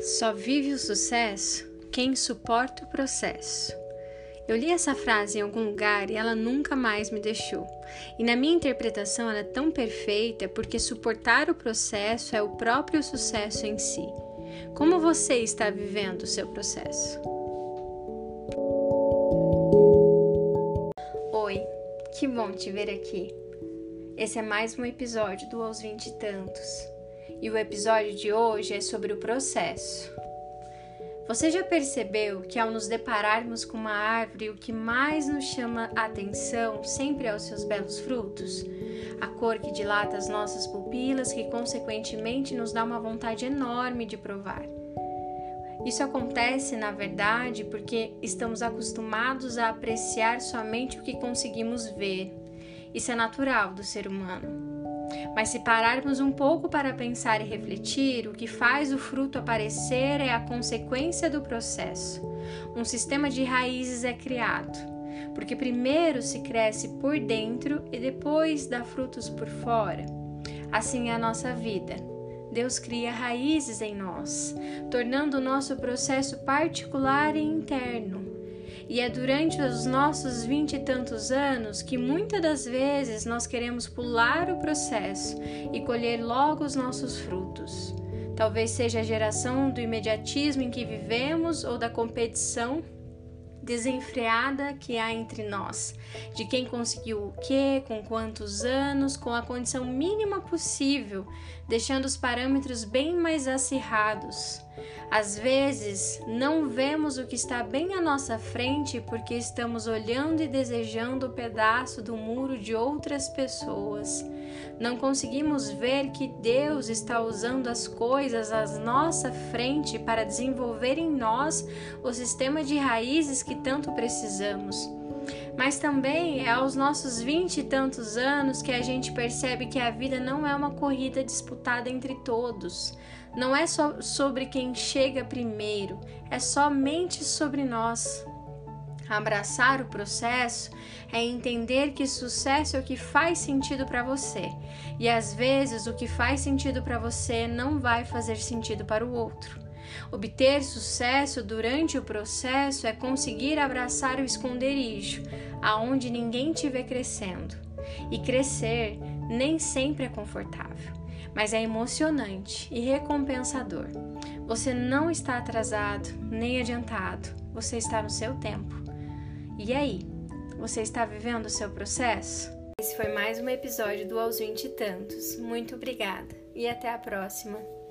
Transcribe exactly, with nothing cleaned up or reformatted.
Só vive o sucesso quem suporta o processo. Eu li essa frase em algum lugar e ela nunca mais me deixou. E na minha interpretação ela é tão perfeita porque suportar o processo é o próprio sucesso em si. Como você está vivendo o seu processo? Oi, que bom te ver aqui. Esse é mais um episódio do Aos Vinte e Tantos. E o episódio de hoje é sobre o processo. Você já percebeu que ao nos depararmos com uma árvore, o que mais nos chama a atenção sempre é os seus belos frutos? A cor que dilata as nossas pupilas, que consequentemente nos dá uma vontade enorme de provar. Isso acontece, na verdade, porque estamos acostumados a apreciar somente o que conseguimos ver. Isso é natural do ser humano. Mas se pararmos um pouco para pensar e refletir, o que faz o fruto aparecer é a consequência do processo. Um sistema de raízes é criado, porque primeiro se cresce por dentro e depois dá frutos por fora. Assim é a nossa vida. Deus cria raízes em nós, tornando o nosso processo particular e interno. E é durante os nossos vinte e tantos anos que muitas das vezes nós queremos pular o processo e colher logo os nossos frutos. Talvez seja a geração do imediatismo em que vivemos ou da competição desenfreada que há entre nós, de quem conseguiu o quê, com quantos anos, com a condição mínima possível, deixando os parâmetros bem mais acirrados. Às vezes, não vemos o que está bem à nossa frente porque estamos olhando e desejando o pedaço do muro de outras pessoas. Não conseguimos ver que Deus está usando as coisas à nossa frente para desenvolver em nós o sistema de raízes que tanto precisamos. Mas também é aos nossos vinte e tantos anos que a gente percebe que a vida não é uma corrida disputada entre todos. Não é só sobre quem chega primeiro, é somente sobre nós. Abraçar o processo é entender que sucesso é o que faz sentido para você. E às vezes o que faz sentido para você não vai fazer sentido para o outro. Obter sucesso durante o processo é conseguir abraçar o esconderijo, aonde ninguém te vê crescendo. E crescer nem sempre é confortável, mas é emocionante e recompensador. Você não está atrasado nem adiantado, você está no seu tempo. E aí, você está vivendo o seu processo? Esse foi mais um episódio do Aos Vinte e Tantos. Muito obrigada e até a próxima!